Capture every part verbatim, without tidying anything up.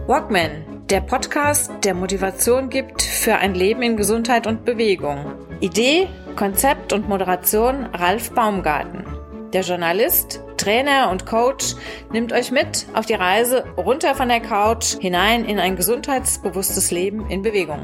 Walkman, der Podcast, der Motivation gibt für ein Leben in Gesundheit und Bewegung. Idee, Konzept und Moderation Ralf Baumgarten. Der Journalist, Trainer und Coach nimmt euch mit auf die Reise runter von der Couch hinein in ein gesundheitsbewusstes Leben in Bewegung.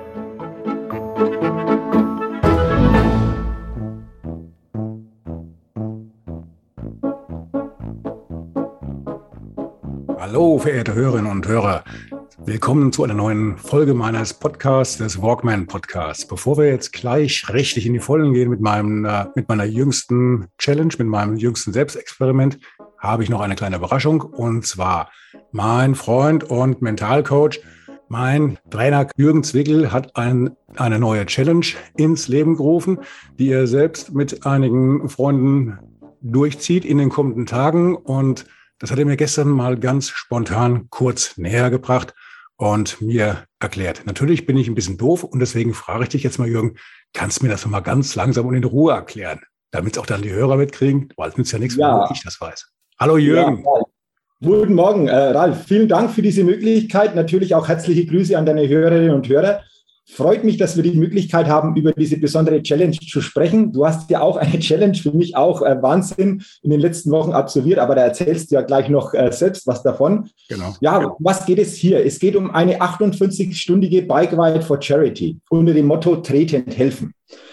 Hallo, verehrte Hörerinnen und Hörer. Willkommen zu einer neuen Folge meines Podcasts, des Walkman Podcasts. Bevor wir jetzt gleich richtig in die Vollen gehen mit meinem, äh, mit meiner jüngsten Challenge, mit meinem jüngsten Selbstexperiment, habe ich noch eine kleine Überraschung. Und zwar mein Freund und Mentalcoach, mein Trainer Jürgen Zwickel hat ein, eine neue Challenge ins Leben gerufen, die er selbst mit einigen Freunden durchzieht in den kommenden Tagen. Und das hat er mir gestern mal ganz spontan kurz näher gebracht und mir erklärt. Natürlich bin ich ein bisschen doof und deswegen frage ich dich jetzt mal, Jürgen, kannst du mir das mal ganz langsam und in Ruhe erklären, damit es auch dann die Hörer mitkriegen, weil es nützt ja nichts, ja. wenn ich das weiß. Hallo Jürgen. Ja, guten Morgen, äh, Ralf. Vielen Dank für diese Möglichkeit. Natürlich auch herzliche Grüße an deine Hörerinnen und Hörer. Freut mich, dass wir die Möglichkeit haben, über diese besondere Challenge zu sprechen. Du hast ja auch eine Challenge, für mich auch äh, Wahnsinn, in den letzten Wochen absolviert, aber da erzählst du ja gleich noch äh, selbst was davon. Genau. Ja, genau. Was geht es hier? Es geht um eine achtundvierzig-stündige Bike Ride for Charity unter dem Motto Tretend helfen.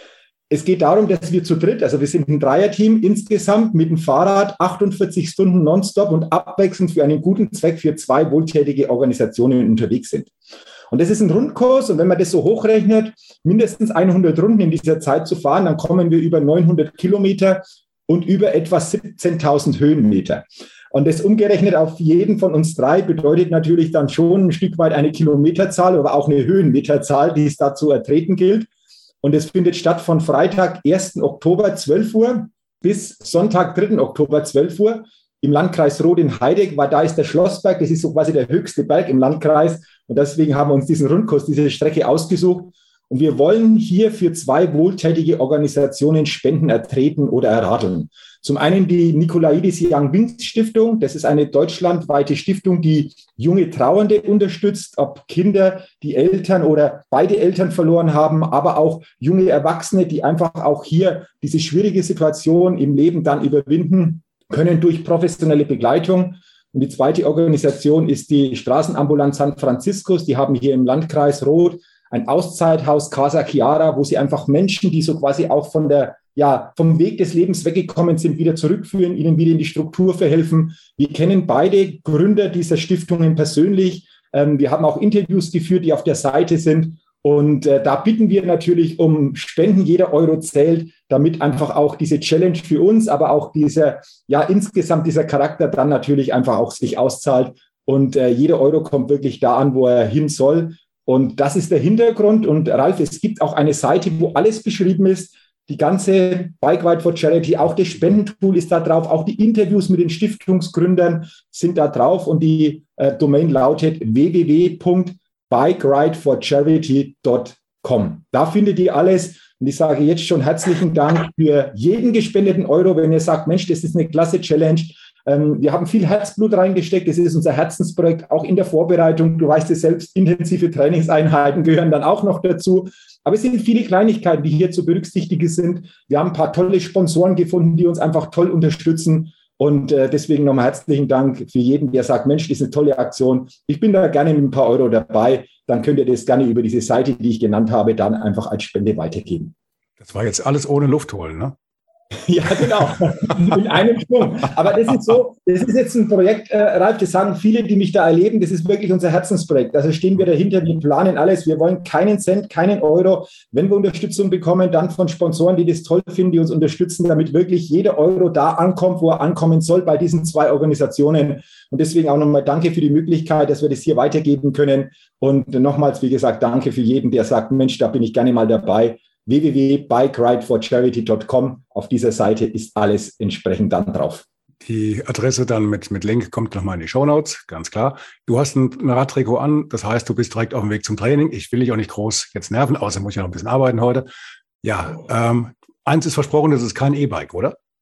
Es geht darum, dass wir zu dritt, also wir sind ein Dreierteam insgesamt mit dem Fahrrad achtundvierzig Stunden nonstop und abwechselnd für einen guten Zweck für zwei wohltätige Organisationen unterwegs sind. Und das ist ein Rundkurs und wenn man das so hochrechnet, mindestens hundert Runden in dieser Zeit zu fahren, dann kommen wir über neunhundert Kilometer und über etwa siebzehntausend Höhenmeter. Und das umgerechnet auf jeden von uns drei bedeutet natürlich dann schon ein Stück weit eine Kilometerzahl, aber auch eine Höhenmeterzahl, die es da zu ertreten gilt. Und es findet statt von Freitag, ersten Oktober, zwölf Uhr bis Sonntag, dritten Oktober, zwölf Uhr im Landkreis Roth in Heidegg, weil da ist der Schlossberg, das ist so quasi der höchste Berg im Landkreis. Und deswegen haben wir uns diesen Rundkurs, diese Strecke ausgesucht. Und wir wollen hier für zwei wohltätige Organisationen Spenden ertreten oder erradeln. Zum einen die Nikolaides Young Wings Stiftung. Das ist eine deutschlandweite Stiftung, die junge Trauernde unterstützt, ob Kinder, die Eltern oder beide Eltern verloren haben, aber auch junge Erwachsene, die einfach auch hier diese schwierige Situation im Leben dann überwinden können durch professionelle Begleitung. Und die zweite Organisation ist die Straßenambulanz San Franciscus. Die haben hier im Landkreis Roth ein Auszeithaus Casa Chiara, wo sie einfach Menschen, die so quasi auch von der, ja, vom Weg des Lebens weggekommen sind, wieder zurückführen, ihnen wieder in die Struktur verhelfen. Wir kennen beide Gründer dieser Stiftungen persönlich. Ähm, wir haben auch Interviews geführt, die auf der Seite sind. Und äh, da bitten wir natürlich um Spenden. Jeder Euro zählt, damit einfach auch diese Challenge für uns, aber auch dieser, ja, insgesamt dieser Charakter dann natürlich einfach auch sich auszahlt. Und äh, jeder Euro kommt wirklich da an, wo er hin soll. Und das ist der Hintergrund. Und Ralf, es gibt auch eine Seite, wo alles beschrieben ist. Die ganze Bike Ride for Charity, auch das Spendentool ist da drauf. Auch die Interviews mit den Stiftungsgründern sind da drauf. Und die äh, Domain lautet w w w punkt bike ride for charity punkt com. Da findet ihr alles. Und ich sage jetzt schon herzlichen Dank für jeden gespendeten Euro, wenn ihr sagt, Mensch, das ist eine klasse Challenge. Ähm, wir haben viel Herzblut reingesteckt. Das ist unser Herzensprojekt, auch in der Vorbereitung. Du weißt es selbst, intensive Trainingseinheiten gehören dann auch noch dazu. Aber es sind viele Kleinigkeiten, die hier zu berücksichtigen sind. Wir haben ein paar tolle Sponsoren gefunden, die uns einfach toll unterstützen. Und äh, deswegen nochmal herzlichen Dank für jeden, der sagt, Mensch, das ist eine tolle Aktion. Ich bin da gerne mit ein paar Euro dabei. Dann könnt ihr das gerne über diese Seite, die ich genannt habe, dann einfach als Spende weitergeben. Das war jetzt alles ohne Luft holen, ne? Ja, genau. In einem Sprung. Aber das ist so, das ist jetzt ein Projekt, äh, Ralf, das sagen viele, die mich da erleben, das ist wirklich unser Herzensprojekt. Also stehen wir dahinter, wir planen alles. Wir wollen keinen Cent, keinen Euro. Wenn wir Unterstützung bekommen, dann von Sponsoren, die das toll finden, die uns unterstützen, damit wirklich jeder Euro da ankommt, wo er ankommen soll bei diesen zwei Organisationen. Und deswegen auch nochmal danke für die Möglichkeit, dass wir das hier weitergeben können. Und nochmals, wie gesagt, danke für jeden, der sagt, Mensch, da bin ich gerne mal dabei. w w w punkt bike ride for charity punkt com. Auf dieser Seite ist alles entsprechend dann drauf. Die Adresse dann mit, mit Link kommt nochmal in die Shownotes, ganz klar. Du hast ein, ein Radtrikot an, das heißt, du bist direkt auf dem Weg zum Training. Ich will dich auch nicht groß jetzt nerven, außer muss ich ja noch ein bisschen arbeiten heute. Ja, ähm, eins ist versprochen, das ist kein E-Bike, oder?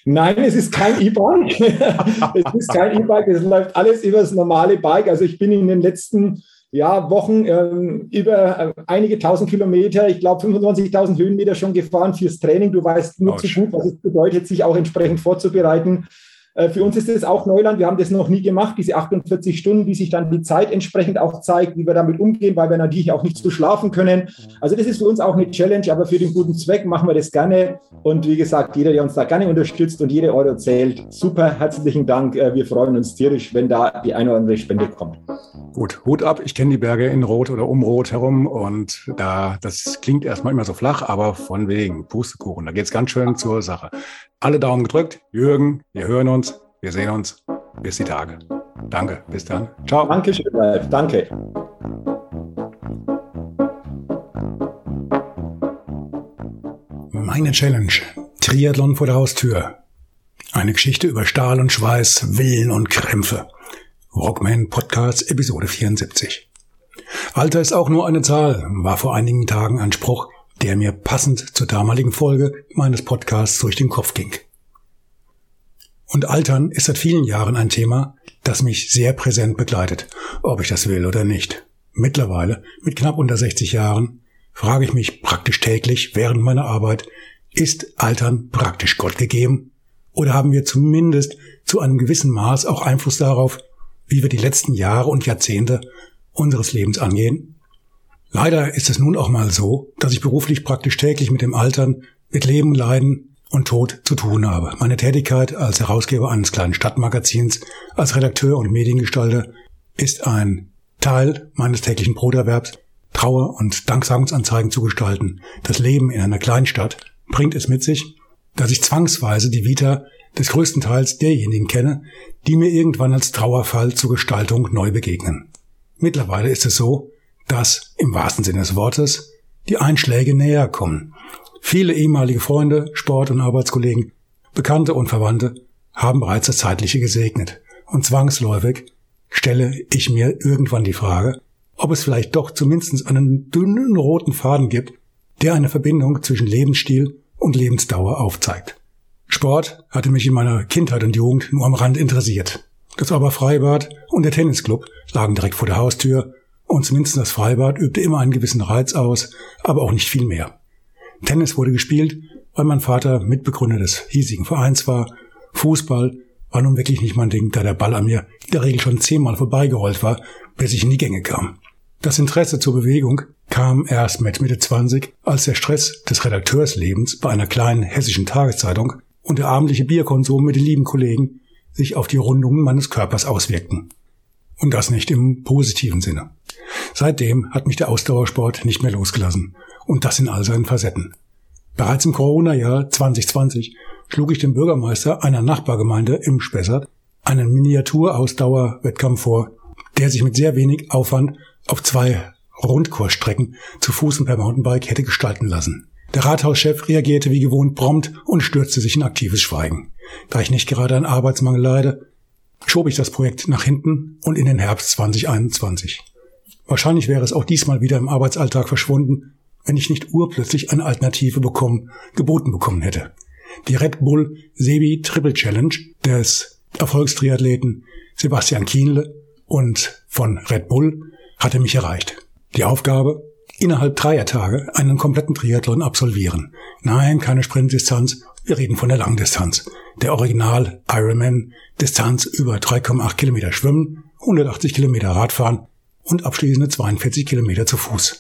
Nein, es ist kein E-Bike. Es ist kein E-Bike, es läuft alles über das normale Bike. Also ich bin in den letzten ja, Wochen ähm, über äh, einige tausend Kilometer, ich glaube fünfundzwanzigtausend Höhenmeter schon gefahren fürs Training. Du weißt nur zu gut, was es bedeutet, sich auch entsprechend vorzubereiten. Äh, für uns ist das auch Neuland. Wir haben das noch nie gemacht, diese achtundvierzig Stunden, wie sich dann die Zeit entsprechend auch zeigt, wie wir damit umgehen, weil wir natürlich auch nicht so schlafen können. Also das ist für uns auch eine Challenge, aber für den guten Zweck machen wir das gerne. Und wie gesagt, jeder, der uns da gerne unterstützt und jede Euro zählt, super, herzlichen Dank. Äh, wir freuen uns tierisch, wenn da die eine oder andere Spende kommt. Gut, Hut ab. Ich kenne die Berge in Rot oder um Rot herum und da, das klingt erstmal immer so flach, aber von wegen Pustekuchen. Da geht es ganz schön zur Sache. Alle Daumen gedrückt. Jürgen, wir hören uns, wir sehen uns. Bis die Tage. Danke, bis dann. Ciao. Dankeschön, Ralf. Danke. Meine Challenge. Triathlon vor der Haustür. Eine Geschichte über Stahl und Schweiß, Willen und Krämpfe. Walkman Podcast Episode vierundsiebzig. Alter ist auch nur eine Zahl, war vor einigen Tagen ein Spruch, der mir passend zur damaligen Folge meines Podcasts durch den Kopf ging. Und Altern ist seit vielen Jahren ein Thema, das mich sehr präsent begleitet, ob ich das will oder nicht. Mittlerweile, mit knapp unter sechzig Jahren, frage ich mich praktisch täglich während meiner Arbeit, ist Altern praktisch Gott gegeben? Oder haben wir zumindest zu einem gewissen Maß auch Einfluss darauf, wie wir die letzten Jahre und Jahrzehnte unseres Lebens angehen? Leider ist es nun auch mal so, dass ich beruflich praktisch täglich mit dem Altern, mit Leben, Leiden und Tod zu tun habe. Meine Tätigkeit als Herausgeber eines kleinen Stadtmagazins, als Redakteur und Mediengestalter ist ein Teil meines täglichen Broterwerbs. Trauer- und Danksagungsanzeigen zu gestalten. Das Leben in einer Kleinstadt bringt es mit sich, dass ich zwangsweise die Vita des größten Teils derjenigen kenne, die mir irgendwann als Trauerfall zur Gestaltung neu begegnen. Mittlerweile ist es so, dass, im wahrsten Sinne des Wortes, die Einschläge näher kommen. Viele ehemalige Freunde, Sport- und Arbeitskollegen, Bekannte und Verwandte haben bereits das Zeitliche gesegnet. Und zwangsläufig stelle ich mir irgendwann die Frage, ob es vielleicht doch zumindest einen dünnen roten Faden gibt, der eine Verbindung zwischen Lebensstil und Lebensdauer aufzeigt. Sport hatte mich in meiner Kindheit und Jugend nur am Rand interessiert. Das Oberfreibad und der Tennisclub lagen direkt vor der Haustür und zumindest das Freibad übte immer einen gewissen Reiz aus, aber auch nicht viel mehr. Tennis wurde gespielt, weil mein Vater Mitbegründer des hiesigen Vereins war. Fußball war nun wirklich nicht mein Ding, da der Ball an mir in der Regel schon zehnmal vorbeigerollt war, bis ich in die Gänge kam. Das Interesse zur Bewegung kam erst mit Mitte zwanzig, als der Stress des Redakteurslebens bei einer kleinen hessischen Tageszeitung und der abendliche Bierkonsum mit den lieben Kollegen sich auf die Rundungen meines Körpers auswirkten. Und das nicht im positiven Sinne. Seitdem hat mich der Ausdauersport nicht mehr losgelassen. Und das in all seinen Facetten. Bereits im Corona-Jahr zwanzig zwanzig schlug ich dem Bürgermeister einer Nachbargemeinde im Spessart einen Miniaturausdauerwettkampf vor, der sich mit sehr wenig Aufwand auf zwei Rundkursstrecken zu Fuß und per Mountainbike hätte gestalten lassen. Der Rathauschef reagierte wie gewohnt prompt und stürzte sich in aktives Schweigen. Da ich nicht gerade an Arbeitsmangel leide, schob ich das Projekt nach hinten und in den Herbst zwanzig einundzwanzig. Wahrscheinlich wäre es auch diesmal wieder im Arbeitsalltag verschwunden, wenn ich nicht urplötzlich eine Alternative bekommen, geboten bekommen hätte. Die Red Bull Sebi Triple Challenge des Erfolgstriathleten Sebastian Kienle und von Red Bull hatte mich erreicht. Die Aufgabe, innerhalb dreier Tage einen kompletten Triathlon absolvieren. Nein, keine Sprintdistanz, wir reden von der Langdistanz. Der Original Ironman Distanz über drei Komma acht Kilometer Schwimmen, hundertachtzig Kilometer Radfahren und abschließende zweiundvierzig Kilometer zu Fuß.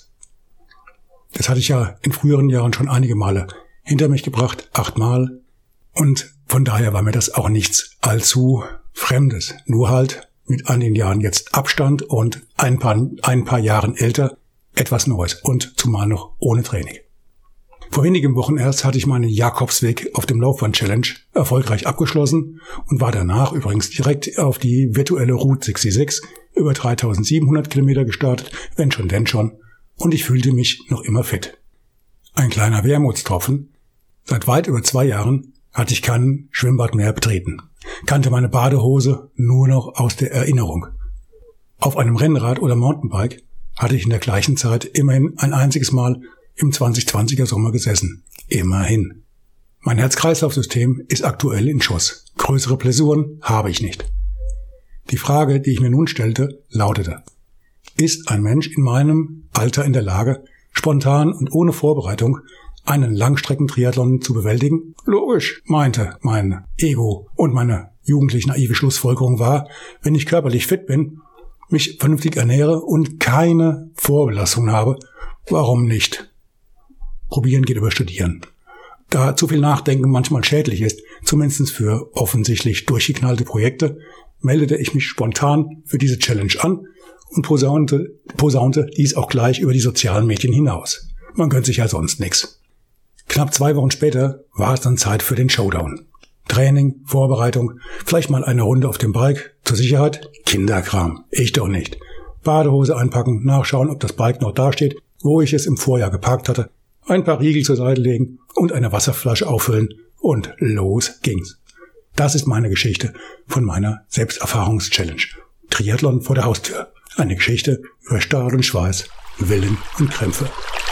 Das hatte ich ja in früheren Jahren schon einige Male hinter mich gebracht, achtmal. Und von daher war mir das auch nichts allzu Fremdes. Nur halt mit einigen Jahren jetzt Abstand und ein paar, ein paar Jahren älter etwas Neues und zumal noch ohne Training. Vor wenigen Wochen erst hatte ich meinen Jakobsweg auf dem Laufband-Challenge erfolgreich abgeschlossen und war danach übrigens direkt auf die virtuelle Route sechsundsechzig über dreitausendsiebenhundert Kilometer gestartet, wenn schon, denn schon. Und ich fühlte mich noch immer fit. Ein kleiner Wermutstropfen. Seit weit über zwei Jahren hatte ich kein Schwimmbad mehr betreten. Kannte meine Badehose nur noch aus der Erinnerung. Auf einem Rennrad oder Mountainbike hatte ich in der gleichen Zeit immerhin ein einziges Mal im zwanzig zwanziger Sommer gesessen. Immerhin. Mein Herz-Kreislauf-System ist aktuell in Schuss. Größere Blessuren habe ich nicht. Die Frage, die ich mir nun stellte, lautete: Ist ein Mensch in meinem Alter in der Lage, spontan und ohne Vorbereitung einen Langstreckentriathlon zu bewältigen? Logisch, meinte mein Ego, und meine jugendlich naive Schlussfolgerung war, wenn ich körperlich fit bin, mich vernünftig ernähre und keine Vorbelastung habe, warum nicht? Probieren geht über Studieren. Da zu viel Nachdenken manchmal schädlich ist, zumindest für offensichtlich durchgeknallte Projekte, meldete ich mich spontan für diese Challenge an und posaunte, posaunte dies auch gleich über die sozialen Medien hinaus. Man gönnt sich ja sonst nichts. Knapp zwei Wochen später war es dann Zeit für den Showdown. Training, Vorbereitung, vielleicht mal eine Runde auf dem Bike, zur Sicherheit Kinderkram, ich doch nicht. Badehose einpacken, nachschauen, ob das Bike noch dasteht, wo ich es im Vorjahr geparkt hatte, ein paar Riegel zur Seite legen und eine Wasserflasche auffüllen und los ging's. Das ist meine Geschichte von meiner Selbsterfahrungs-Challenge. Triathlon vor der Haustür. Eine Geschichte über Stahl und Schweiß, Willen und Krämpfe.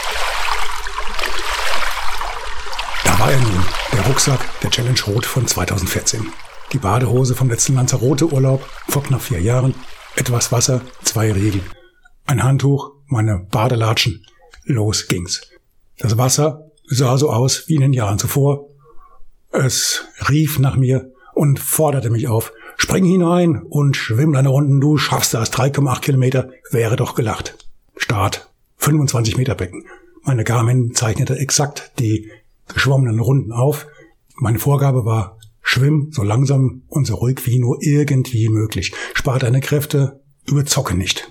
Da war er nun, der Rucksack der Challenge Rot von zweitausendvierzehn. Die Badehose vom letzten Lanzarote-Urlaub vor knapp vier Jahren, etwas Wasser, zwei Riegel, ein Handtuch, meine Badelatschen. Los ging's. Das Wasser sah so aus wie in den Jahren zuvor. Es rief nach mir und forderte mich auf: Spring hinein und schwimm deine Runden, du schaffst das. drei Komma acht Kilometer, wäre doch gelacht. Start, fünfundzwanzig Meter Becken. Meine Garmin zeichnete exakt die geschwommenen Runden auf. Meine Vorgabe war: Schwimm so langsam und so ruhig wie nur irgendwie möglich. Spar deine Kräfte, überzocke nicht.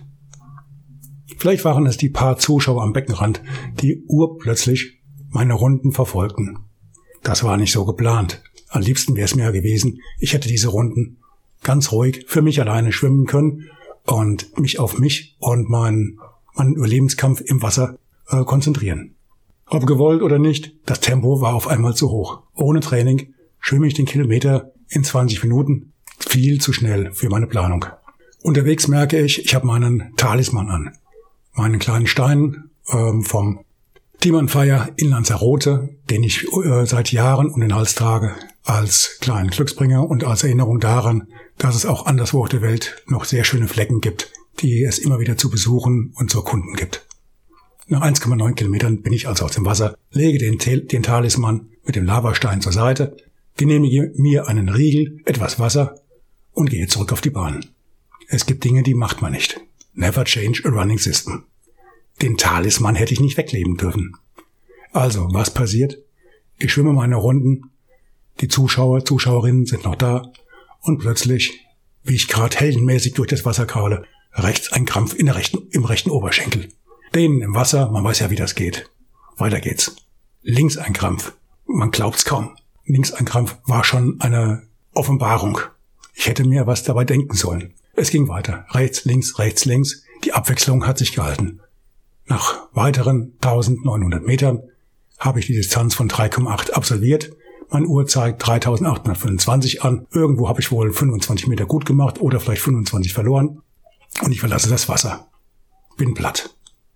Vielleicht waren es die paar Zuschauer am Beckenrand, die urplötzlich meine Runden verfolgten. Das war nicht so geplant. Am liebsten wäre es mir gewesen, ich hätte diese Runden ganz ruhig für mich alleine schwimmen können und mich auf mich und meinen, meinen Überlebenskampf im Wasser äh, konzentrieren. Ob gewollt oder nicht, das Tempo war auf einmal zu hoch. Ohne Training schwimme ich den Kilometer in zwanzig Minuten, viel zu schnell für meine Planung. Unterwegs merke ich, ich habe meinen Talisman an. Meinen kleinen Stein ähm, vom Team on Fire in Lanzarote, den ich äh, seit Jahren um den Hals trage, als kleinen Glücksbringer und als Erinnerung daran, dass es auch anderswo auf der Welt noch sehr schöne Flecken gibt, die es immer wieder zu besuchen und zu erkunden gibt. Nach eins Komma neun Kilometern bin ich also aus dem Wasser, lege den, den Talisman mit dem Lavastein zur Seite, genehmige mir einen Riegel, etwas Wasser und gehe zurück auf die Bahn. Es gibt Dinge, die macht man nicht. Never change a running system. Den Talisman hätte ich nicht wegleben dürfen. Also, was passiert? Ich schwimme meine Runden, die Zuschauer, Zuschauerinnen sind noch da und plötzlich, wie ich gerade heldenmäßig durch das Wasser kraule, rechts ein Krampf in der rechten, im rechten Oberschenkel. Denen im Wasser, man weiß ja, wie das geht. Weiter geht's. Links ein Krampf. Man glaubt's kaum. Links ein Krampf war schon eine Offenbarung. Ich hätte mir was dabei denken sollen. Es ging weiter. Rechts, links, rechts, links. Die Abwechslung hat sich gehalten. Nach weiteren eintausendneunhundert Metern habe ich die Distanz von drei Komma acht absolviert. Meine Uhr zeigt dreitausendachthundertfünfundzwanzig an. Irgendwo habe ich wohl fünfundzwanzig Meter gut gemacht oder vielleicht fünfundzwanzig verloren. Und ich verlasse das Wasser. Bin platt.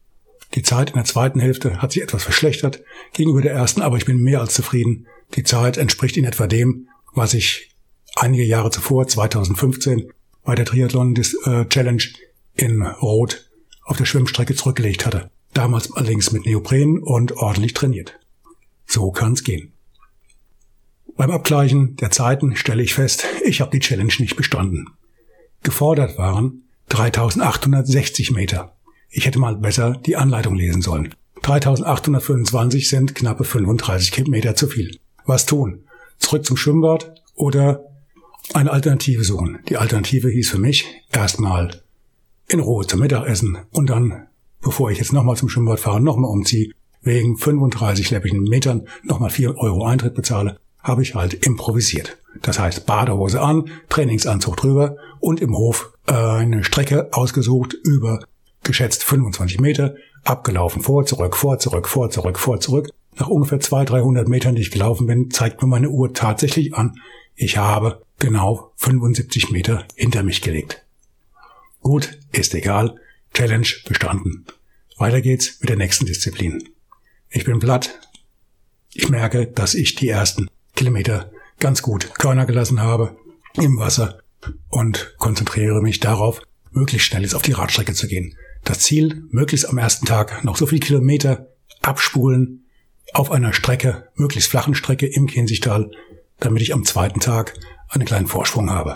Die Zeit in der zweiten Hälfte hat sich etwas verschlechtert gegenüber der ersten, aber ich bin mehr als zufrieden. Die Zeit entspricht in etwa dem, was ich einige Jahre zuvor, zweitausendfünfzehn, bei der Triathlon-Challenge in Rot auf der Schwimmstrecke zurückgelegt hatte. Damals allerdings mit Neopren und ordentlich trainiert. So kann's gehen. Beim Abgleichen der Zeiten stelle ich fest, ich habe die Challenge nicht bestanden. Gefordert waren dreitausendachthundertsechzig Meter. Ich hätte mal besser die Anleitung lesen sollen. dreitausendachthundertfünfundzwanzig sind knappe fünfunddreißig Kilometer zu viel. Was tun? Zurück zum Schwimmbad oder eine Alternative suchen? Die Alternative hieß für mich erstmal in Ruhe zum Mittagessen und dann, bevor ich jetzt nochmal zum Schwimmbad fahre, nochmal umziehe, wegen fünfunddreißig läppigen Metern nochmal vier Euro Eintritt bezahle, habe ich halt improvisiert. Das heißt, Badehose an, Trainingsanzug drüber und im Hof äh, eine Strecke ausgesucht über geschätzt fünfundzwanzig Meter, abgelaufen, vor, zurück, vor, zurück, vor, zurück, vor, zurück. Nach ungefähr zweihundert, dreihundert Metern, die ich gelaufen bin, zeigt mir meine Uhr tatsächlich an, ich habe genau fünfundsiebzig Meter hinter mich gelegt. Gut, ist egal, Challenge bestanden. Weiter geht's mit der nächsten Disziplin. Ich bin platt. Ich merke, dass ich die ersten Kilometer ganz gut Körner gelassen habe im Wasser und konzentriere mich darauf, möglichst schnell jetzt auf die Radstrecke zu gehen. Das Ziel, möglichst am ersten Tag noch so viele Kilometer abspulen auf einer Strecke, möglichst flachen Strecke im Kinzigtal, damit ich am zweiten Tag einen kleinen Vorsprung habe.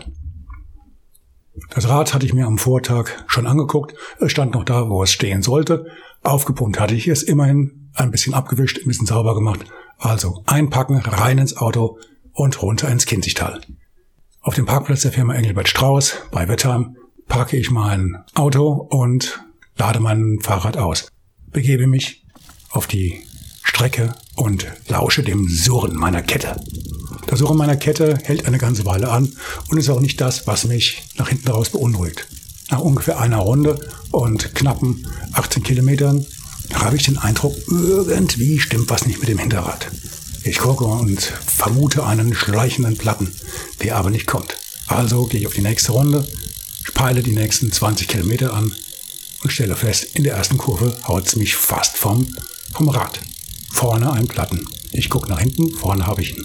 Das Rad hatte ich mir am Vortag schon angeguckt. Es stand noch da, wo es stehen sollte. Aufgepumpt hatte ich es immerhin, ein bisschen abgewischt, ein bisschen sauber gemacht. Also einpacken, rein ins Auto und runter ins Kinzigtal. Auf dem Parkplatz der Firma Engelbert Strauß bei Wettheim parke ich mein Auto und lade mein Fahrrad aus. Begebe mich auf die Strecke und lausche dem Surren meiner Kette. Das Surren meiner Kette hält eine ganze Weile an und ist auch nicht das, was mich nach hinten raus beunruhigt. Nach ungefähr einer Runde und knappen achtzehn Kilometern habe ich den Eindruck, irgendwie stimmt was nicht mit dem Hinterrad. Ich gucke und vermute einen schleichenden Platten, der aber nicht kommt. Also gehe ich auf die nächste Runde, peile die nächsten zwanzig Kilometer an und stelle fest, in der ersten Kurve haut es mich fast vom, vom Rad. Vorne ein Platten. Ich gucke nach hinten, vorne habe ich ihn.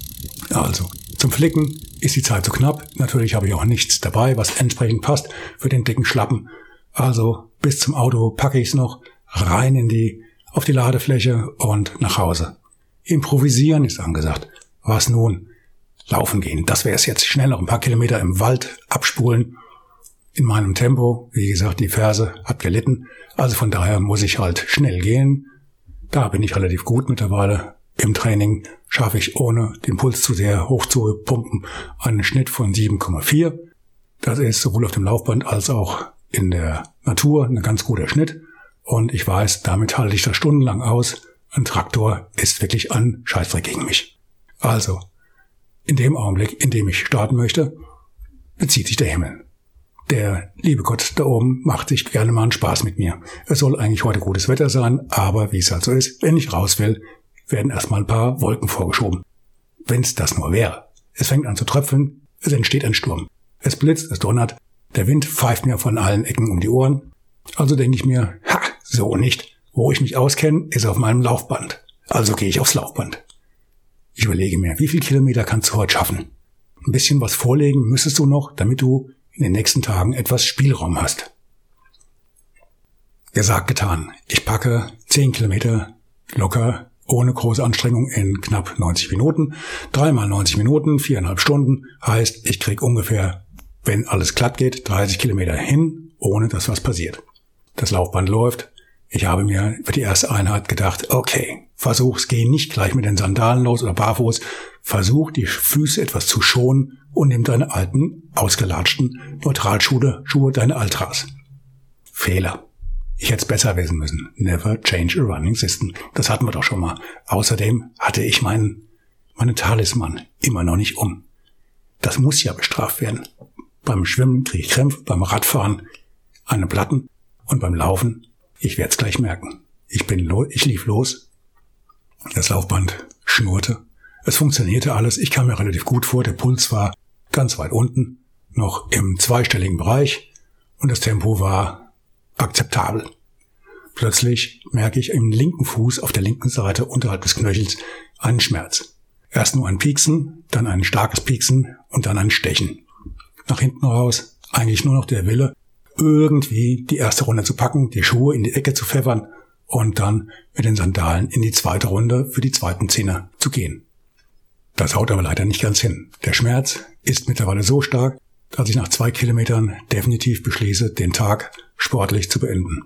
Also, zum Flicken ist die Zeit zu knapp. Natürlich habe ich auch nichts dabei, was entsprechend passt für den dicken Schlappen. Also, bis zum Auto packe ich es noch, rein in die, auf die Ladefläche und nach Hause. Improvisieren ist angesagt. Was nun? Laufen gehen. Das wäre es jetzt. Schnell noch ein paar Kilometer im Wald abspulen. In meinem Tempo. Wie gesagt, die Ferse hat gelitten. Also von daher muss ich halt schnell gehen. Da bin ich relativ gut mittlerweile. Im Training schaffe ich, ohne den Puls zu sehr hoch zu pumpen, einen Schnitt von sieben Komma vier. Das ist sowohl auf dem Laufband als auch in der Natur ein ganz guter Schnitt. Und ich weiß, damit halte ich das stundenlang aus. Ein Traktor ist wirklich ein Scheißdreck gegen mich. Also, in dem Augenblick, in dem ich starten möchte, bezieht sich der Himmel. Der liebe Gott da oben macht sich gerne mal einen Spaß mit mir. Es soll eigentlich heute gutes Wetter sein, aber wie es halt so ist, wenn ich raus will, werden erstmal ein paar Wolken vorgeschoben. Wenn es das nur wäre. Es fängt an zu tröpfeln, es entsteht ein Sturm. Es blitzt, es donnert, der Wind pfeift mir von allen Ecken um die Ohren. Also denke ich mir, ha, so nicht. Wo ich mich auskenne, ist auf meinem Laufband. Also gehe ich aufs Laufband. Ich überlege mir, wie viele Kilometer kannst du heute schaffen? Ein bisschen was vorlegen müsstest du noch, damit du in den nächsten Tagen etwas Spielraum hast. Gesagt, getan. Ich packe zehn Kilometer locker, ohne große Anstrengung in knapp neunzig Minuten. Dreimal neunzig Minuten, viereinhalb Stunden. Heißt, ich krieg ungefähr, wenn alles glatt geht, dreißig Kilometer hin, ohne dass was passiert. Das Laufband läuft. Ich habe mir für die erste Einheit gedacht, okay, versuch's, geh nicht gleich mit den Sandalen los oder barfuß. Versuch, die Füße etwas zu schonen und nimm deine alten, ausgelatschten Neutralschuhe, Schuhe, deine Altras. Fehler. Ich hätte es besser wissen müssen. Never change a running system. Das hatten wir doch schon mal. Außerdem hatte ich meinen, meinen Talisman immer noch nicht um. Das muss ja bestraft werden. Beim Schwimmen kriege ich Krämpfe, beim Radfahren eine Platten und beim Laufen, ich werde es gleich merken. Ich bin lo- ich lief los. Das Laufband schnurrte. Es funktionierte alles. Ich kam mir relativ gut vor. Der Puls war ganz weit unten, noch im zweistelligen Bereich und das Tempo war akzeptabel. Plötzlich merke ich im linken Fuß auf der linken Seite unterhalb des Knöchels einen Schmerz. Erst nur ein Pieksen, dann ein starkes Pieksen und dann ein Stechen. Nach hinten raus eigentlich nur noch der Wille, irgendwie die erste Runde zu packen, die Schuhe in die Ecke zu pfeffern und dann mit den Sandalen in die zweite Runde für die zweiten Zehner zu gehen. Das haut aber leider nicht ganz hin. Der Schmerz ist mittlerweile so stark, dass ich nach zwei Kilometern definitiv beschließe, den Tag sportlich zu beenden.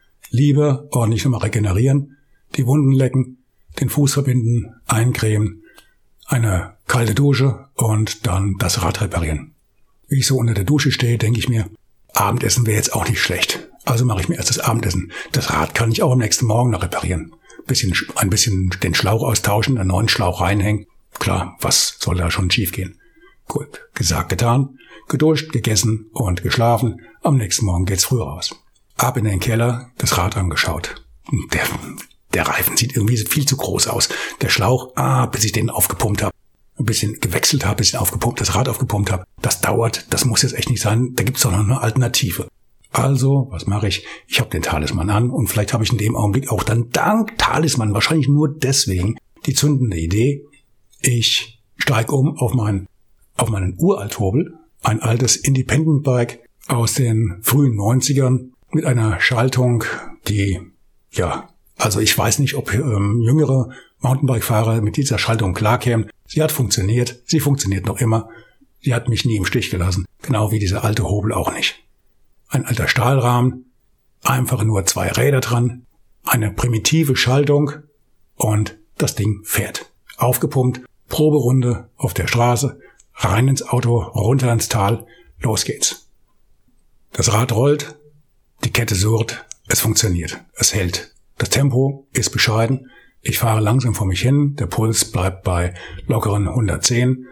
Lieber ordentlich nochmal regenerieren, die Wunden lecken, den Fuß verbinden, eincremen, eine kalte Dusche und dann das Rad reparieren. Wie ich so unter der Dusche stehe, denke ich mir, Abendessen wäre jetzt auch nicht schlecht. Also mache ich mir erst das Abendessen. Das Rad kann ich auch am nächsten Morgen noch reparieren. Bisschen, ein bisschen den Schlauch austauschen, einen neuen Schlauch reinhängen. Klar, was soll da schon schief gehen? Gut, gesagt, getan. Geduscht, gegessen und geschlafen. Am nächsten Morgen geht's früh raus. Ab in den Keller, das Rad angeschaut. Der, der Reifen sieht irgendwie viel zu groß aus. Der Schlauch, ah, bis ich den aufgepumpt habe. Ein bisschen gewechselt habe, ein bisschen aufgepumpt, das Rad aufgepumpt habe. Das dauert, das muss jetzt echt nicht sein. Da gibt's doch noch eine Alternative. Also, was mache ich? Ich habe den Talisman an und vielleicht habe ich in dem Augenblick auch dann dank Talisman, wahrscheinlich nur deswegen, die zündende Idee. Ich steige um auf meinen, auf meinen Uralthobel, ein altes Independent Bike aus den frühen neunzigern mit einer Schaltung, die, ja, also ich weiß nicht, ob ähm, jüngere Mountainbike-Fahrer mit dieser Schaltung klarkämen. Sie hat funktioniert, sie funktioniert noch immer. Sie hat mich nie im Stich gelassen, genau wie dieser alte Hobel auch nicht. Ein alter Stahlrahmen, einfach nur zwei Räder dran, eine primitive Schaltung und das Ding fährt. Aufgepumpt, Proberunde auf der Straße, rein ins Auto, runter ins Tal, los geht's. Das Rad rollt, die Kette surrt, es funktioniert, es hält. Das Tempo ist bescheiden, ich fahre langsam vor mich hin, der Puls bleibt bei lockeren hundertzehn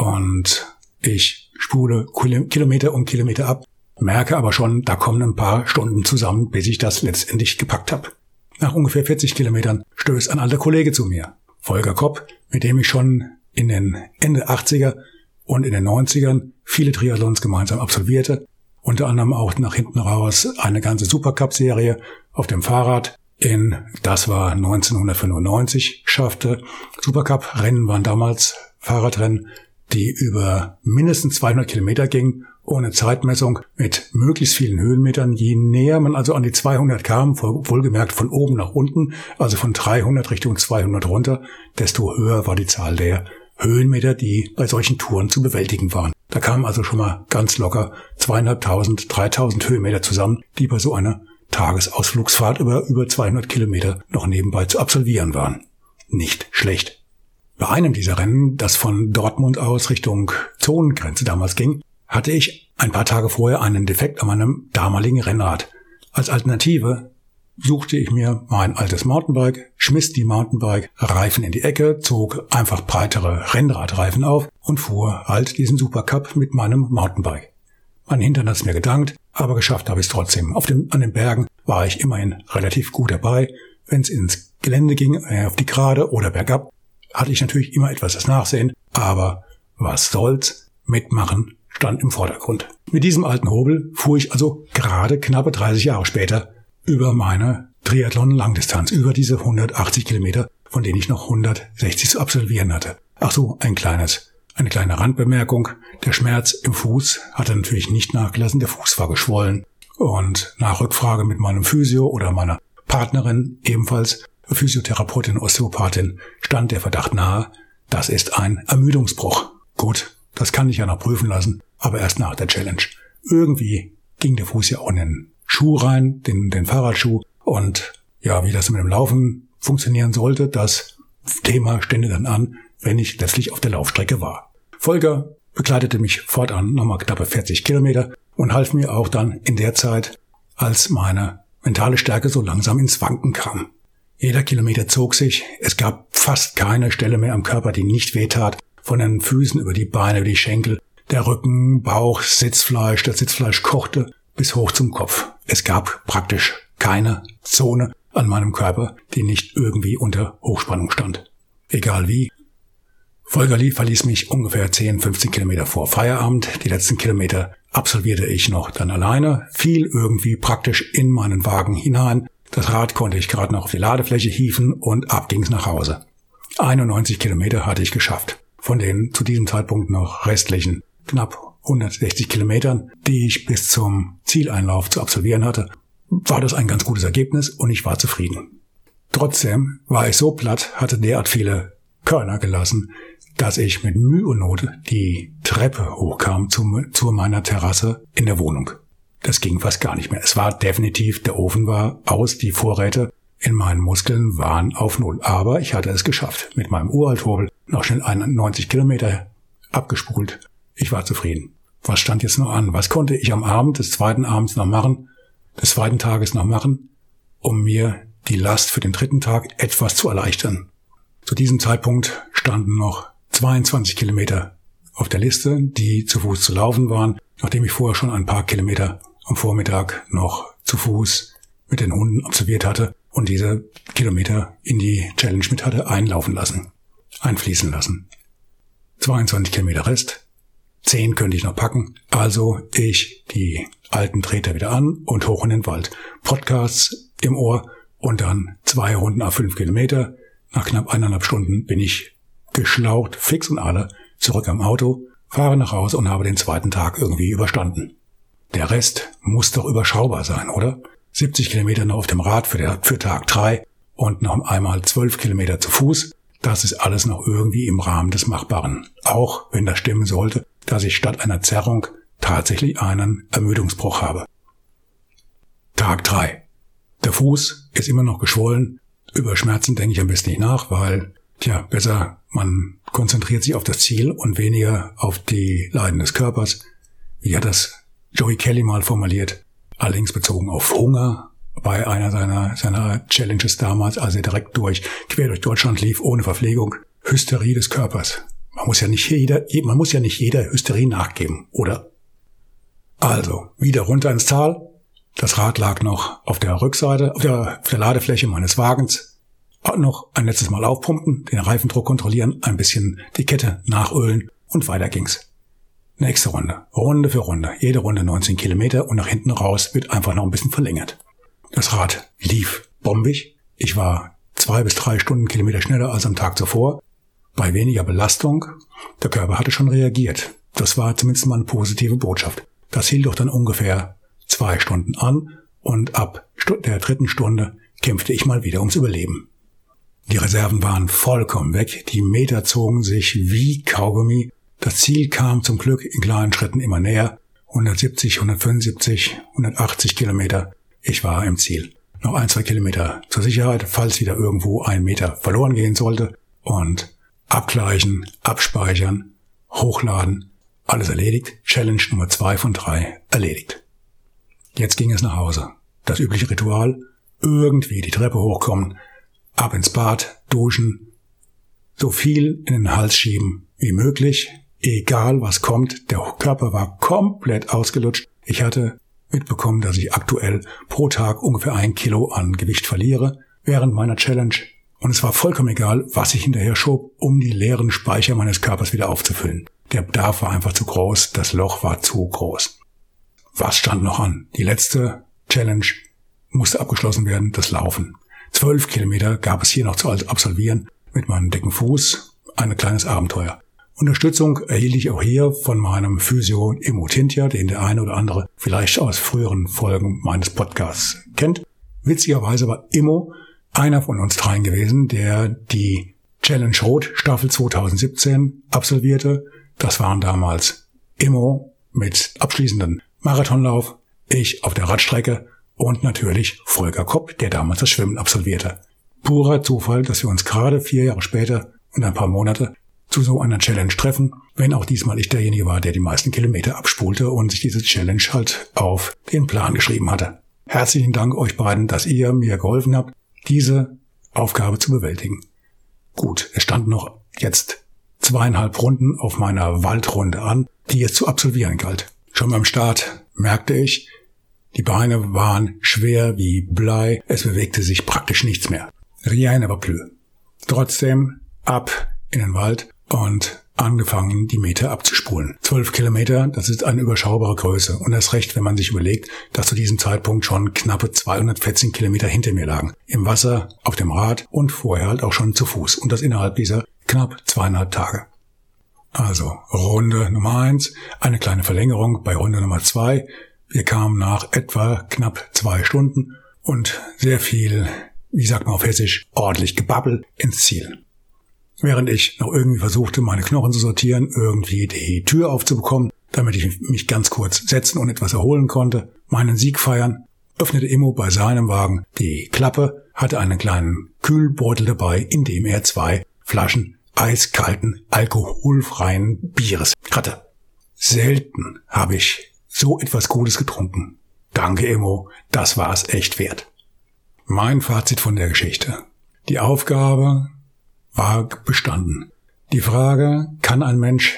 und ich spule Kilometer um Kilometer ab, merke aber schon, da kommen ein paar Stunden zusammen, bis ich das letztendlich gepackt habe. Nach ungefähr vierzig Kilometern stößt ein alter Kollege zu mir, Volker Kopp, mit dem ich schon in den Ende achtziger und in den neunzigern viele Triathlons gemeinsam absolvierte, unter anderem auch nach hinten raus eine ganze Supercup-Serie auf dem Fahrrad in, das war neunzehnhundertfünfundneunzig, schaffte. Supercup-Rennen waren damals Fahrradrennen, die über mindestens zweihundert Kilometer gingen, ohne Zeitmessung, mit möglichst vielen Höhenmetern. Je näher man also an die zweihundert kam, wohlgemerkt von oben nach unten, also von dreihundert Richtung zweihundert runter, desto höher war die Zahl der Höhenmeter, die bei solchen Touren zu bewältigen waren. Da kamen also schon mal ganz locker zweieinhalbtausend, dreitausend Höhenmeter zusammen, die bei so einer Tagesausflugsfahrt über über zweihundert Kilometer noch nebenbei zu absolvieren waren. Nicht schlecht. Bei einem dieser Rennen, das von Dortmund aus Richtung Zonengrenze damals ging, hatte ich ein paar Tage vorher einen Defekt an meinem damaligen Rennrad. Als Alternative suchte ich mir mein altes Mountainbike, schmiss die Mountainbike-Reifen in die Ecke, zog einfach breitere Rennradreifen auf und fuhr halt diesen Supercup mit meinem Mountainbike. Mein Hintern hat's mir gedankt, aber geschafft habe ich es trotzdem. Auf dem, an den Bergen war ich immerhin relativ gut dabei. Wenn es ins Gelände ging, äh, auf die Gerade oder bergab, hatte ich natürlich immer etwas das Nachsehen, aber was soll's, mitmachen stand im Vordergrund. Mit diesem alten Hobel fuhr ich also gerade knappe dreißig Jahre später über meine Triathlon-Langdistanz, über diese hundertachtzig Kilometer, von denen ich noch hundertsechzig zu absolvieren hatte. Ach so, ein kleines, eine kleine Randbemerkung. Der Schmerz im Fuß hatte natürlich nicht nachgelassen, der Fuß war geschwollen. Und nach Rückfrage mit meinem Physio oder meiner Partnerin, ebenfalls Physiotherapeutin, Osteopathin, stand der Verdacht nahe, das ist ein Ermüdungsbruch. Gut, das kann ich ja noch prüfen lassen, aber erst nach der Challenge. Irgendwie ging der Fuß ja auch in den Schuh rein, den, den Fahrradschuh. Und ja, wie das mit dem Laufen funktionieren sollte, das Thema stände dann an, wenn ich letztlich auf der Laufstrecke war. Volker begleitete mich fortan nochmal knappe vierzig Kilometer und half mir auch dann in der Zeit, als meine mentale Stärke so langsam ins Wanken kam. Jeder Kilometer zog sich, es gab fast keine Stelle mehr am Körper, die nicht wehtat, von den Füßen über die Beine, über die Schenkel, der Rücken, Bauch, Sitzfleisch, das Sitzfleisch kochte bis hoch zum Kopf. Es gab praktisch keine Zone an meinem Körper, die nicht irgendwie unter Hochspannung stand. Egal wie. Volker verließ mich ungefähr zehn, fünfzehn Kilometer vor Feierabend. Die letzten Kilometer absolvierte ich noch dann alleine, fiel irgendwie praktisch in meinen Wagen hinein. Das Rad konnte ich gerade noch auf die Ladefläche hieven und ab ging's nach Hause. einundneunzig Kilometer hatte ich geschafft. Von den zu diesem Zeitpunkt noch restlichen knapp hundertsechzig Kilometern, die ich bis zum Zieleinlauf zu absolvieren hatte, war das ein ganz gutes Ergebnis und ich war zufrieden. Trotzdem war ich so platt, hatte derart viele Körner gelassen, dass ich mit Mühe und Not die Treppe hochkam zu, zu meiner Terrasse in der Wohnung. Das ging fast gar nicht mehr. Es war definitiv, der Ofen war aus, die Vorräte in meinen Muskeln waren auf Null. Aber ich hatte es geschafft. Mit meinem Uralthobel noch schnell einundneunzig Kilometer abgespult. Ich war zufrieden. Was stand jetzt noch an? Was konnte ich am Abend des zweiten Abends noch machen, des zweiten Tages noch machen, um mir die Last für den dritten Tag etwas zu erleichtern? Zu diesem Zeitpunkt standen noch zweiundzwanzig Kilometer auf der Liste, die zu Fuß zu laufen waren, nachdem ich vorher schon ein paar Kilometer am Vormittag noch zu Fuß mit den Hunden absolviert hatte und diese Kilometer in die Challenge mit hatte einlaufen lassen, einfließen lassen. zweiundzwanzig Kilometer Rest, zehn könnte ich noch packen, also ich die alten Treter wieder an und hoch in den Wald. Podcasts im Ohr und dann zwei Runden auf fünf Kilometer. Nach knapp eineinhalb Stunden bin ich geschlaucht, fix und alle, zurück am Auto, fahre nach Hause und habe den zweiten Tag irgendwie überstanden. Der Rest muss doch überschaubar sein, oder? siebzig Kilometer noch auf dem Rad für, der, für Tag drei und noch einmal zwölf Kilometer zu Fuß. Das ist alles noch irgendwie im Rahmen des Machbaren. Auch wenn das stimmen sollte, dass ich statt einer Zerrung tatsächlich einen Ermüdungsbruch habe. Tag drei. Der Fuß ist immer noch geschwollen. Über Schmerzen denke ich am besten nicht nach, weil, tja, besser man konzentriert sich auf das Ziel und weniger auf die Leiden des Körpers. Wie hat das Joey Kelly mal formuliert? Allerdings bezogen auf Hunger bei einer seiner, seiner Challenges damals, als er direkt durch, quer durch Deutschland lief, ohne Verpflegung. Hysterie des Körpers. Man muss ja nicht jeder, man muss ja nicht jeder Hysterie nachgeben, oder? Also, wieder runter ins Tal. Das Rad lag noch auf der Rückseite, auf der, auf der Ladefläche meines Wagens. Noch ein letztes Mal aufpumpen, den Reifendruck kontrollieren, ein bisschen die Kette nachölen und weiter ging's. Nächste Runde. Runde für Runde. Jede Runde neunzehn Kilometer und nach hinten raus wird einfach noch ein bisschen verlängert. Das Rad lief bombig. Ich war zwei bis drei Stundenkilometer schneller als am Tag zuvor. Bei weniger Belastung. Der Körper hatte schon reagiert. Das war zumindest mal eine positive Botschaft. Das hielt doch dann ungefähr zwei Stunden an und ab der dritten Stunde kämpfte ich mal wieder ums Überleben. Die Reserven waren vollkommen weg. Die Meter zogen sich wie Kaugummi. Das Ziel kam zum Glück in kleinen Schritten immer näher. hundertsiebzig, hundertfünfundsiebzig, hundertachtzig Kilometer. Ich war im Ziel. Noch ein, zwei Kilometer zur Sicherheit, falls wieder irgendwo ein Meter verloren gehen sollte. Und abgleichen, abspeichern, hochladen. Alles erledigt. Challenge Nummer zwei von drei erledigt. Jetzt ging es nach Hause. Das übliche Ritual. Irgendwie die Treppe hochkommen. Ab ins Bad, duschen. So viel in den Hals schieben wie möglich. Egal was kommt, der Körper war komplett ausgelutscht. Ich hatte mitbekommen, dass ich aktuell pro Tag ungefähr ein Kilo an Gewicht verliere während meiner Challenge. Und es war vollkommen egal, was ich hinterher schob, um die leeren Speicher meines Körpers wieder aufzufüllen. Der Bedarf war einfach zu groß, das Loch war zu groß. Was stand noch an? Die letzte Challenge musste abgeschlossen werden, das Laufen. Zwölf Kilometer gab es hier noch zu absolvieren mit meinem dicken Fuß. Ein kleines Abenteuer. Unterstützung erhielt ich auch hier von meinem Physio Immo Tintia, den der eine oder andere vielleicht aus früheren Folgen meines Podcasts kennt. Witzigerweise war Immo einer von uns dreien gewesen, der die Challenge Rot Staffel zweitausendsiebzehn absolvierte. Das waren damals Immo mit abschließenden Marathonlauf, ich auf der Radstrecke und natürlich Volker Kopp, der damals das Schwimmen absolvierte. Purer Zufall, dass wir uns gerade vier Jahre später und ein paar Monate zu so einer Challenge treffen, wenn auch diesmal ich derjenige war, der die meisten Kilometer abspulte und sich diese Challenge halt auf den Plan geschrieben hatte. Herzlichen Dank euch beiden, dass ihr mir geholfen habt, diese Aufgabe zu bewältigen. Gut, es standen noch jetzt zweieinhalb Runden auf meiner Waldrunde an, die jetzt zu absolvieren galt. Schon beim Start merkte ich, die Beine waren schwer wie Blei, es bewegte sich praktisch nichts mehr. Rien aber plus. Trotzdem ab in den Wald und angefangen, die Meter abzuspulen. Zwölf Kilometer, das ist eine überschaubare Größe. Und erst recht, wenn man sich überlegt, dass zu diesem Zeitpunkt schon knappe zweihundertvierzehn Kilometer hinter mir lagen. Im Wasser, auf dem Rad und vorher halt auch schon zu Fuß. Und das innerhalb dieser knapp zweieinhalb Tage. Also, Runde Nummer eins, eine kleine Verlängerung bei Runde Nummer zwei. Wir kamen nach etwa knapp zwei Stunden und sehr viel, wie sagt man auf Hessisch, ordentlich Gebabbel ins Ziel. Während ich noch irgendwie versuchte, meine Knochen zu sortieren, irgendwie die Tür aufzubekommen, damit ich mich ganz kurz setzen und etwas erholen konnte, meinen Sieg feiern, öffnete Immo bei seinem Wagen die Klappe, hatte einen kleinen Kühlbeutel dabei, in dem er zwei Flaschen eiskalten, alkoholfreien Bieres hatte. Selten habe ich so etwas Gutes getrunken. Danke, Immo, das war es echt wert. Mein Fazit von der Geschichte. Die Aufgabe war bestanden. Die Frage, kann ein Mensch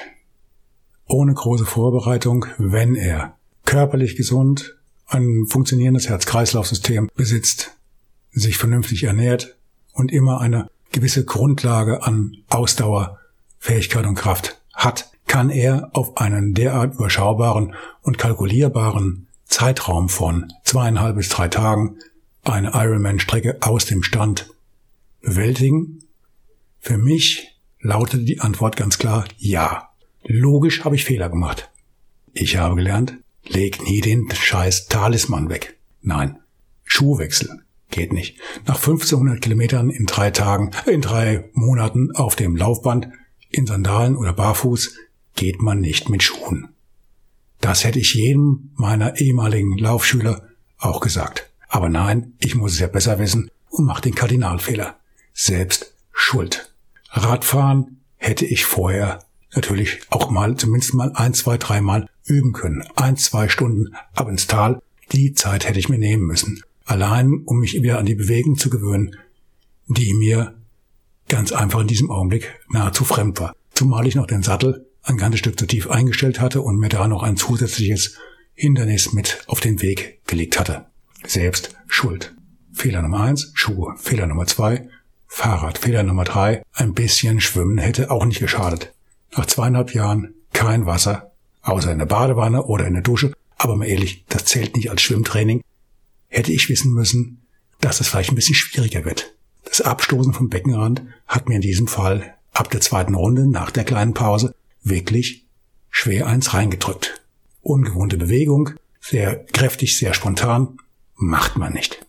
ohne große Vorbereitung, wenn er körperlich gesund, ein funktionierendes Herz-Kreislauf-System besitzt, sich vernünftig ernährt und immer eine gewisse Grundlage an Ausdauer, Fähigkeit und Kraft hat, kann er auf einen derart überschaubaren und kalkulierbaren Zeitraum von zweieinhalb bis drei Tagen eine Ironman-Strecke aus dem Stand bewältigen. Für mich lautete die Antwort ganz klar ja. Logisch habe ich Fehler gemacht. Ich habe gelernt, leg nie den scheiß Talisman weg. Nein, Schuhwechsel geht nicht. Nach fünfzehnhundert Kilometern in drei Tagen, in drei Monaten auf dem Laufband, in Sandalen oder barfuß, geht man nicht mit Schuhen. Das hätte ich jedem meiner ehemaligen Laufschüler auch gesagt. Aber nein, ich muss es ja besser wissen und mache den Kardinalfehler. Selbst schuld. Radfahren hätte ich vorher natürlich auch mal, zumindest mal ein, zwei, dreimal üben können. Ein, zwei Stunden ab ins Tal. Die Zeit hätte ich mir nehmen müssen. Allein, um mich wieder an die Bewegung zu gewöhnen, die mir ganz einfach in diesem Augenblick nahezu fremd war. Zumal ich noch den Sattel ein ganzes Stück zu tief eingestellt hatte und mir da noch ein zusätzliches Hindernis mit auf den Weg gelegt hatte. Selbst schuld. Fehler Nummer eins, Schuhe. Fehler Nummer zwei, Fahrrad. Fehler Nummer drei, ein bisschen Schwimmen hätte auch nicht geschadet. Nach zweieinhalb Jahren kein Wasser, außer in der Badewanne oder in der Dusche. Aber mal ehrlich, das zählt nicht als Schwimmtraining. Hätte ich wissen müssen, dass es vielleicht ein bisschen schwieriger wird. Das Abstoßen vom Beckenrand hat mir in diesem Fall ab der zweiten Runde nach der kleinen Pause wirklich schwer eins reingedrückt. Ungewohnte Bewegung, sehr kräftig, sehr spontan, macht man nicht.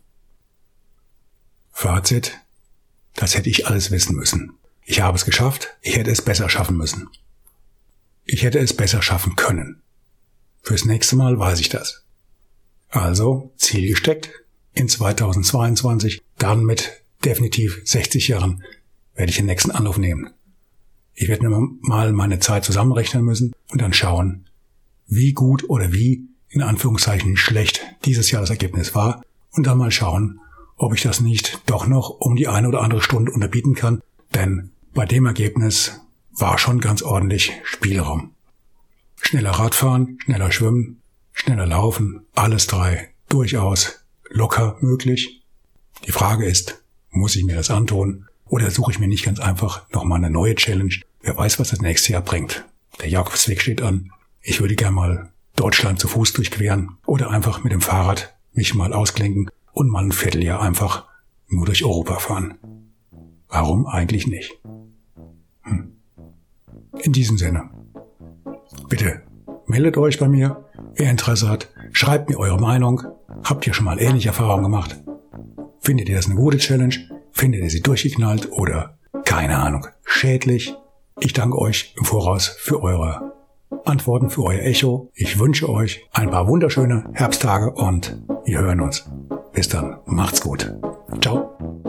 Fazit, das hätte ich alles wissen müssen. Ich habe es geschafft, ich hätte es besser schaffen müssen. Ich hätte es besser schaffen können. Fürs nächste Mal weiß ich das. Also, Ziel gesteckt, in zweitausendzweiundzwanzig, dann mit definitiv sechzig Jahren, werde ich den nächsten Anlauf nehmen. Ich werde mir mal meine Zeit zusammenrechnen müssen und dann schauen, wie gut oder wie, in Anführungszeichen, schlecht dieses Jahr das Ergebnis war und dann mal schauen, ob ich das nicht doch noch um die eine oder andere Stunde unterbieten kann, denn bei dem Ergebnis war schon ganz ordentlich Spielraum. Schneller Radfahren, schneller Schwimmen, schneller Laufen, alles drei durchaus locker möglich. Die Frage ist, muss ich mir das antun oder suche ich mir nicht ganz einfach nochmal eine neue Challenge? Wer weiß, was das nächste Jahr bringt. Der Jakobsweg steht an. Ich würde gerne mal Deutschland zu Fuß durchqueren oder einfach mit dem Fahrrad mich mal ausklinken und mal ein Vierteljahr einfach nur durch Europa fahren. Warum eigentlich nicht? Hm. In diesem Sinne, bitte meldet euch bei mir, wer Interesse hat. Schreibt mir eure Meinung. Habt ihr schon mal ähnliche Erfahrungen gemacht? Findet ihr das eine gute Challenge? Findet ihr sie durchgeknallt oder, keine Ahnung, schädlich? Ich danke euch im Voraus für eure Antworten, für euer Echo. Ich wünsche euch ein paar wunderschöne Herbsttage und wir hören uns. Bis dann. Macht's gut. Ciao.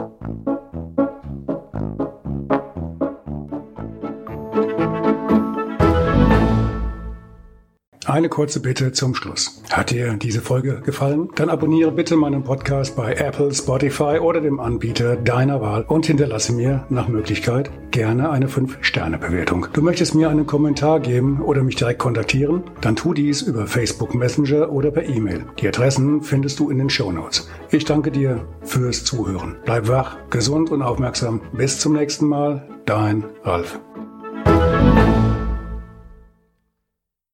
Eine kurze Bitte zum Schluss. Hat dir diese Folge gefallen? Dann abonniere bitte meinen Podcast bei Apple, Spotify oder dem Anbieter deiner Wahl und hinterlasse mir nach Möglichkeit gerne eine fünf Sterne Bewertung. Du möchtest mir einen Kommentar geben oder mich direkt kontaktieren? Dann tu dies über Facebook Messenger oder per E-Mail. Die Adressen findest du in den Shownotes. Ich danke dir fürs Zuhören. Bleib wach, gesund und aufmerksam. Bis zum nächsten Mal. Dein Ralf.